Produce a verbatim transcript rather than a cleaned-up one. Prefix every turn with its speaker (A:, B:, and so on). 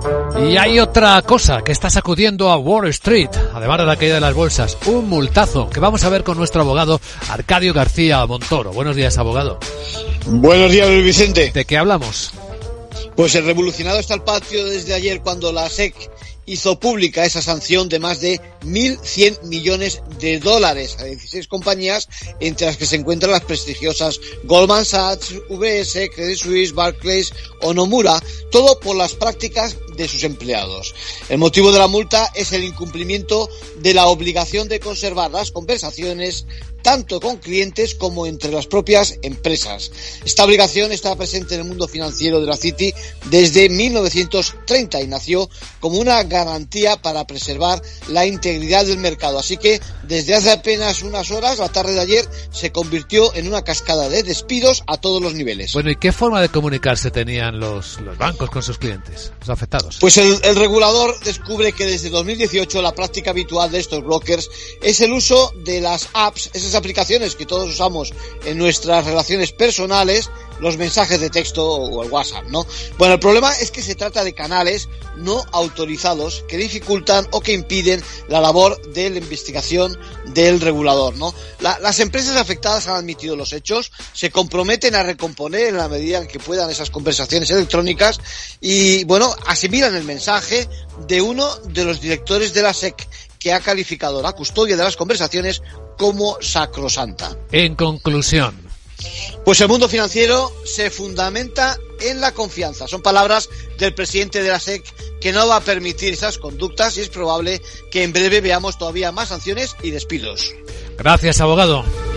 A: Y hay otra cosa que está sacudiendo a Wall Street, además de la caída de las bolsas, un multazo que vamos a ver con nuestro abogado Arcadio García Montoro. Buenos días, abogado.
B: Buenos días, Luis Vicente.
A: ¿De qué hablamos?
B: Pues el revolucionado está el patio desde ayer cuando la S E C hizo pública esa sanción de más de mil cien millones de dólares a dieciséis compañías, entre las que se encuentran las prestigiosas Goldman Sachs, U B S, Credit Suisse, Barclays o Nomura, todo por las prácticas de sus empleados. El motivo de la multa es el incumplimiento de la obligación de conservar las conversaciones tanto con clientes como entre las propias empresas. Esta obligación está presente en el mundo financiero de la City desde mil novecientos treinta y nació como una garantía para preservar la integridad del mercado. Así que desde hace apenas unas horas, la tarde de ayer, se convirtió en una cascada de despidos a todos los niveles.
A: Bueno, ¿y qué forma de comunicarse tenían los, los bancos con sus clientes, los afectados?
B: Pues el, el regulador descubre que desde dos mil dieciocho la práctica habitual de estos brokers es el uso de las apps, esas aplicaciones que todos usamos en nuestras relaciones personales, los mensajes de texto o el WhatsApp, ¿no? Bueno, el problema es que se trata de canales no autorizados que dificultan o que impiden la labor de la investigación del regulador, ¿no? La, las empresas afectadas han admitido los hechos, se comprometen a recomponer en la medida en que puedan esas conversaciones electrónicas y, bueno, asimilan el mensaje de uno de los directores de la S E C, que ha calificado la custodia de las conversaciones como sacrosanta.
A: En conclusión,
B: pues el mundo financiero se fundamenta en la confianza. Son palabras del presidente de la S E C, que no va a permitir esas conductas y es probable que en breve veamos todavía más sanciones y despidos.
A: Gracias, abogado.